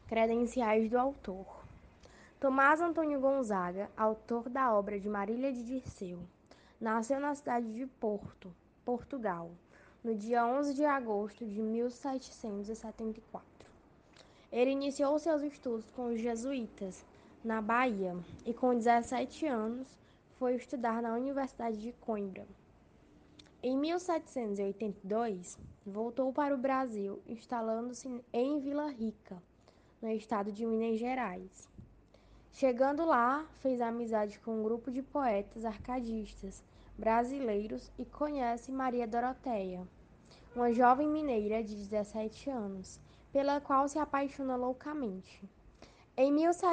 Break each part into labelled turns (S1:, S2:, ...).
S1: Credenciais do autor. Tomás Antônio Gonzaga, autor da obra de Marília de Dirceu, nasceu na cidade de Porto, Portugal, no dia 11 de agosto de 1774. Ele iniciou seus estudos com os jesuítas, na Bahia, e com 17 anos foi estudar na Universidade de Coimbra. Em 1782, voltou para o Brasil, instalando-se em Vila Rica, no estado de Minas Gerais. Chegando lá, fez amizade com um grupo de poetas arcadistas brasileiros e conhece Maria Doroteia, uma jovem mineira de 17 anos, pela qual se apaixona loucamente. Em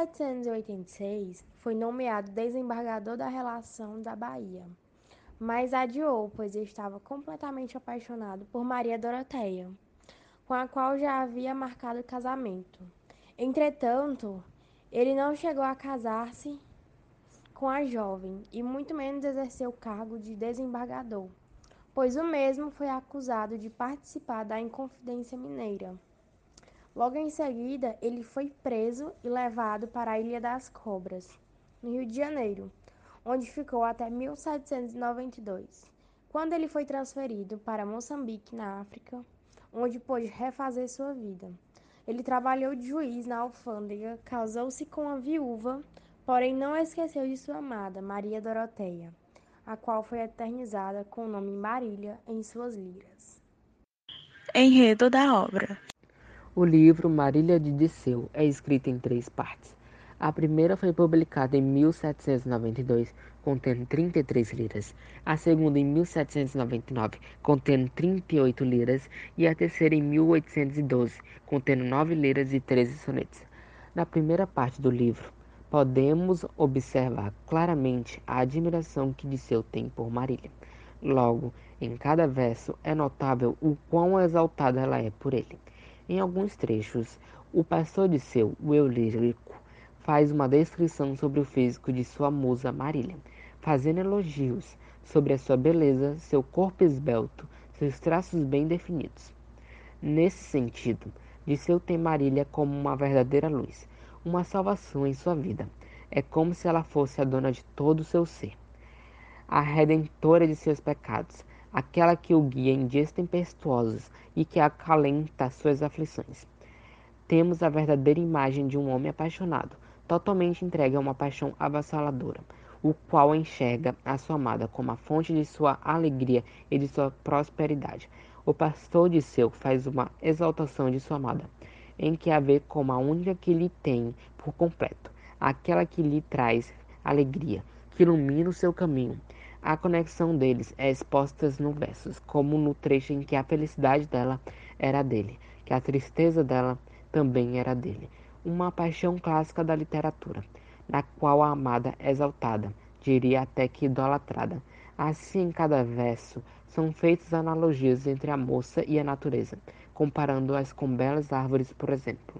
S1: 1786, foi nomeado desembargador da Relação da Bahia, mas adiou, pois estava completamente apaixonado por Maria Doroteia, com a qual já havia marcado casamento. Entretanto, ele não chegou a casar-se com a jovem e muito menos exerceu o cargo de desembargador, pois o mesmo foi acusado de participar da Inconfidência Mineira. Logo em seguida, ele foi preso e levado para a Ilha das Cobras, no Rio de Janeiro, onde ficou até 1792, quando ele foi transferido para Moçambique, na África, onde pôde refazer sua vida. Ele trabalhou de juiz na alfândega, casou-se com a viúva, porém não esqueceu de sua amada, Maria Doroteia, a qual foi eternizada com o nome Marília em suas liras.
S2: Enredo da obra.
S3: O livro Marília de Dirceu é escrito em 3 partes. A primeira foi publicada em 1792, contendo 33 liras. A segunda em 1799, contendo 38 liras. E a terceira em 1812, contendo 9 liras e 13 sonetos. Na primeira parte do livro, podemos observar claramente a admiração que Dirceu tem por Marília. Logo, em cada verso é notável o quão exaltada ela é por ele. Em alguns trechos, o pastor Dirceu, o eu lírico, faz uma descrição sobre o físico de sua musa Marília, fazendo elogios sobre a sua beleza, seu corpo esbelto, seus traços bem definidos. Nesse sentido, Dirceu tem Marília como uma verdadeira luz, uma salvação em sua vida. É como se ela fosse a dona de todo o seu ser, a redentora de seus pecados, aquela que o guia em dias tempestuosos e que acalenta suas aflições. Temos a verdadeira imagem de um homem apaixonado, totalmente entregue a uma paixão avassaladora, o qual enxerga a sua amada como a fonte de sua alegria e de sua prosperidade. O pastor de Seu faz uma exaltação de sua amada, em que a vê como a única que lhe tem por completo, aquela que lhe traz alegria, que ilumina o seu caminho. A conexão deles é exposta no versos, como no trecho em que a felicidade dela era dele, que a tristeza dela também era dele. Uma paixão clássica da literatura, na qual a amada é exaltada, diria até que idolatrada. Assim, em cada verso, são feitas analogias entre a moça e a natureza, comparando-as com belas árvores, por exemplo.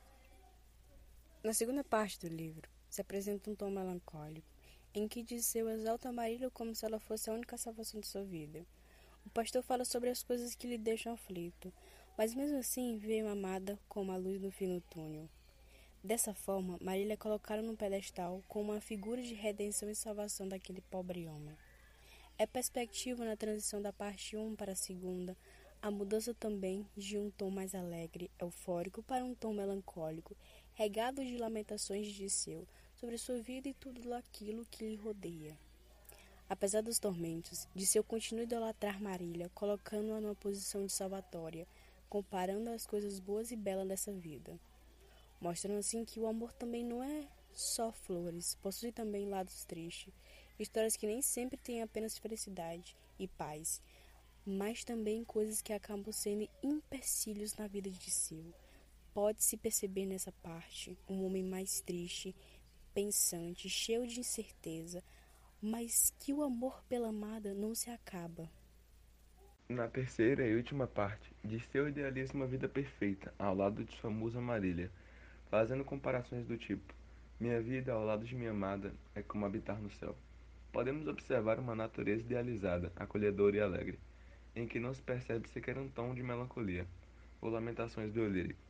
S4: Na segunda parte do livro, se apresenta um tom melancólico, em que Dirceu exalta Marília como se ela fosse a única salvação de sua vida. O pastor fala sobre as coisas que lhe deixam aflito, mas mesmo assim vê a amada como a luz no fim do túnel. Dessa forma, Marília é colocada num pedestal como uma figura de redenção e salvação daquele pobre homem. É perspectiva na transição da parte 1 para a segunda, a mudança também de um tom mais alegre, eufórico, para um tom melancólico, regado de lamentações de Dirceu sobre sua vida e tudo aquilo que lhe rodeia. Apesar dos tormentos, Dirceu continua a idolatrar Marília, colocando-a numa posição de salvatória, comparando as coisas boas e belas dessa vida, mostrando assim que o amor também não é só flores, possui também lados tristes, histórias que nem sempre têm apenas felicidade e paz, mas também coisas que acabam sendo empecilhos na vida de Dirceu. Pode-se perceber nessa parte um homem mais triste, pensante, cheio de incerteza, mas que o amor pela amada não se acaba.
S5: Na terceira e última parte, Dirceu idealiza uma vida perfeita ao lado de sua musa Marília, fazendo comparações do tipo: minha vida ao lado de minha amada é como habitar no céu. Podemos observar uma natureza idealizada, acolhedora e alegre, em que não se percebe sequer um tom de melancolia ou lamentações do eu lírico.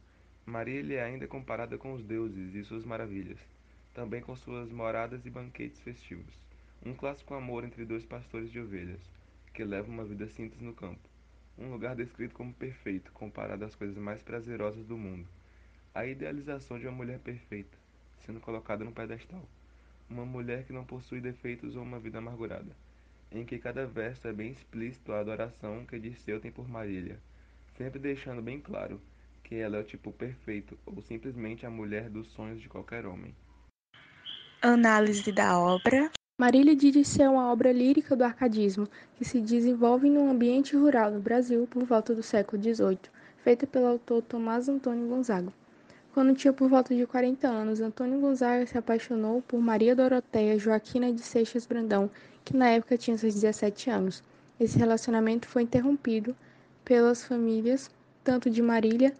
S5: Marília é ainda comparada com os deuses e suas maravilhas, também com suas moradas e banquetes festivos. Um clássico amor entre dois pastores de ovelhas, que levam uma vida simples no campo. Um lugar descrito como perfeito, comparado às coisas mais prazerosas do mundo. A idealização de uma mulher perfeita, sendo colocada no pedestal. Uma mulher que não possui defeitos ou uma vida amargurada, em que cada verso é bem explícito a adoração que Dirceu tem por Marília, sempre deixando bem claro que ela é o tipo perfeito ou simplesmente a mulher dos sonhos de qualquer homem.
S2: Análise da obra.
S1: Marília de Dirceu é uma obra lírica do arcadismo que se desenvolve num ambiente rural no Brasil por volta do século XVIII, feita pelo autor Tomás Antônio Gonzaga. Quando tinha por volta de 40 anos, Antônio Gonzaga se apaixonou por Maria Doroteia Joaquina de Seixas Brandão, que na época tinha seus 17 anos. Esse relacionamento foi interrompido pelas famílias tanto de Marília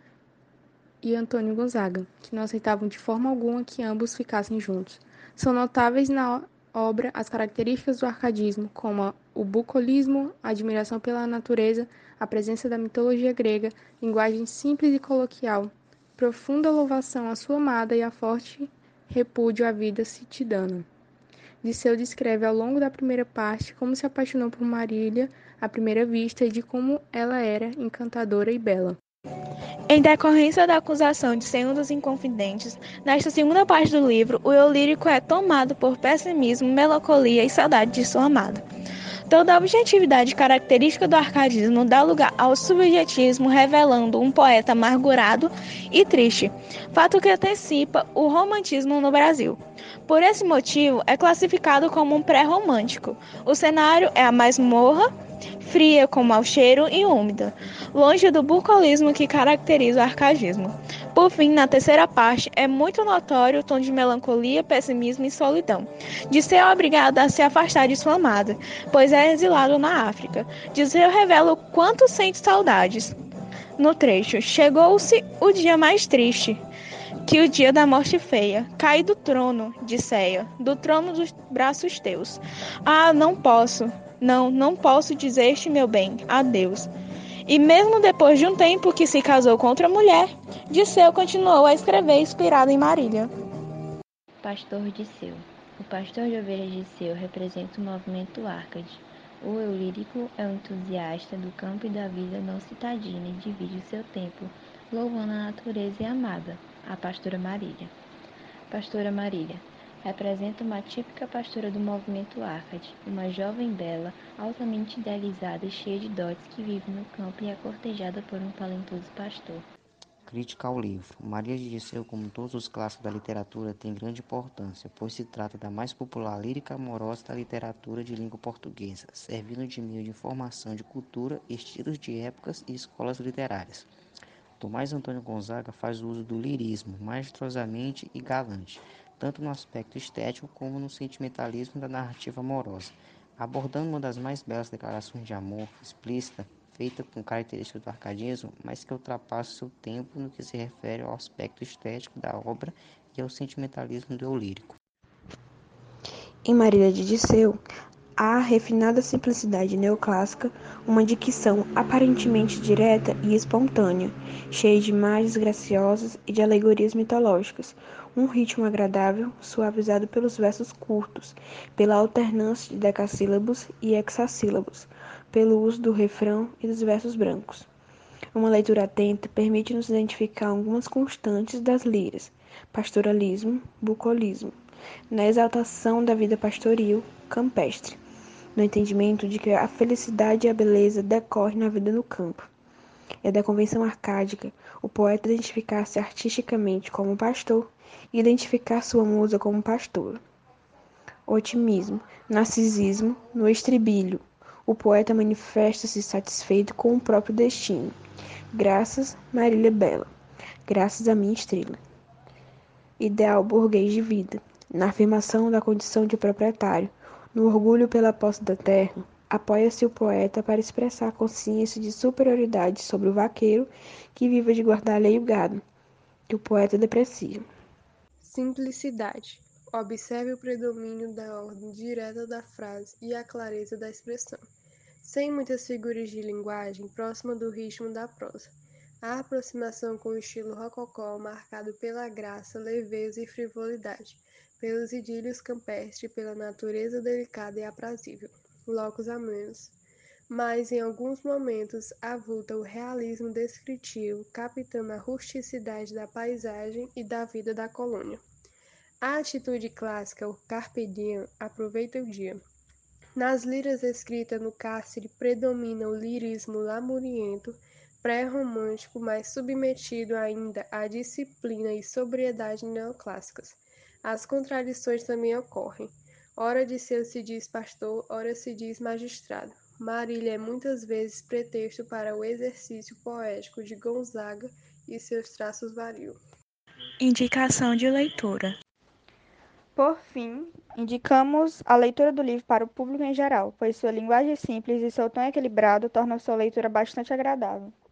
S1: e Antônio Gonzaga, que não aceitavam de forma alguma que ambos ficassem juntos. São notáveis na obra as características do arcadismo, como o bucolismo, a admiração pela natureza, a presença da mitologia grega, linguagem simples e coloquial, profunda louvação à sua amada e a forte repúdio à vida citidana. Disseu descreve ao longo da primeira parte como se apaixonou por Marília à primeira vista e de como ela era encantadora e bela.
S2: Em decorrência da acusação de ser um dos inconfidentes, nesta segunda parte do livro, o eu lírico é tomado por pessimismo, melancolia e saudade de sua amada. Toda a objetividade característica do arcadismo dá lugar ao subjetismo, revelando um poeta amargurado e triste, fato que antecipa o romantismo no Brasil. Por esse motivo, é classificado como um pré-romântico. O cenário é a masmorra, fria com mau cheiro e úmida, longe do bucolismo que caracteriza o arcadismo. Por fim, na terceira parte, é muito notório o tom de melancolia, pessimismo e solidão, de ser obrigado a se afastar de sua amada, pois é exilado na África. Dirceu revela o quanto sente saudades. No trecho, chegou-se o dia mais triste, que o dia da morte feia. Caí do trono, Dirceia, do trono dos braços teus. Ah, não posso, não posso dizer-te, meu bem, adeus. E mesmo depois de um tempo que se casou com outra mulher, Dirceu continuou a escrever inspirado em Marília.
S6: Pastor Dirceu. O pastor de ovelhas Dirceu representa o movimento Arcade. O eu lírico é um entusiasta do campo e da vida não citadina e divide o seu tempo louvando a natureza e a amada, a pastora Marília. Pastora Marília representa uma típica pastora do movimento Arcade, uma jovem bela, altamente idealizada e cheia de dotes que vive no campo e é cortejada por um talentoso pastor.
S7: Crítica ao livro. Maria de Dirceu, como todos os clássicos da literatura, tem grande importância, pois se trata da mais popular lírica amorosa da literatura de língua portuguesa, servindo de meio de informação de cultura, estilos de épocas e escolas literárias. Tomás Antônio Gonzaga faz uso do lirismo maestrosamente e galante, tanto no aspecto estético como no sentimentalismo da narrativa amorosa, abordando uma das mais belas declarações de amor explícita, feita com características do arcadismo, mas que ultrapassa seu tempo no que se refere ao aspecto estético da obra e ao sentimentalismo do eu lírico.
S8: Em Marília de Dirceu, há a refinada simplicidade neoclássica, uma dicção aparentemente direta e espontânea, cheia de imagens graciosas e de alegorias mitológicas, um ritmo agradável, suavizado pelos versos curtos, pela alternância de decassílabos e hexassílabos, pelo uso do refrão e dos versos brancos. Uma leitura atenta permite-nos identificar algumas constantes das liras: pastoralismo, bucolismo, na exaltação da vida pastoril, campestre, no entendimento de que a felicidade e a beleza decorrem na vida no campo. É da convenção arcádica o poeta identificar-se artisticamente como pastor e identificar sua musa como pastora. Otimismo, narcisismo, no estribilho. O poeta manifesta-se satisfeito com o próprio destino. Graças, Marília Bela. Graças a minha estrela. Ideal burguês de vida. Na afirmação da condição de proprietário, no orgulho pela posse da terra, apoia-se o poeta para expressar a consciência de superioridade sobre o vaqueiro que vive de guardar alheio gado, que o poeta deprecia.
S1: Simplicidade. Observe o predomínio da ordem direta da frase e a clareza da expressão, sem muitas figuras de linguagem próxima do ritmo da prosa.
S9: A aproximação com o estilo rococó, marcado pela graça, leveza e frivolidade, pelos idílios campestres, pela natureza delicada e aprazível, locus amenus. Mas, em alguns momentos, avulta o realismo descritivo, captando a rusticidade da paisagem e da vida da colônia. A atitude clássica, o carpe diem, aproveita o dia. Nas liras escritas no cárcere predomina o lirismo lamuriento, pré-romântico, mas submetido ainda à disciplina e sobriedade neoclássicas. As contradições também ocorrem. Ora Disseu se diz pastor, ora se diz magistrado. Marília é muitas vezes pretexto para o exercício poético de Gonzaga e seus traços variam.
S2: Indicação de leitura.
S10: Por fim, indicamos a leitura do livro para o público em geral, pois sua linguagem simples e seu tom equilibrado tornam sua leitura bastante agradável.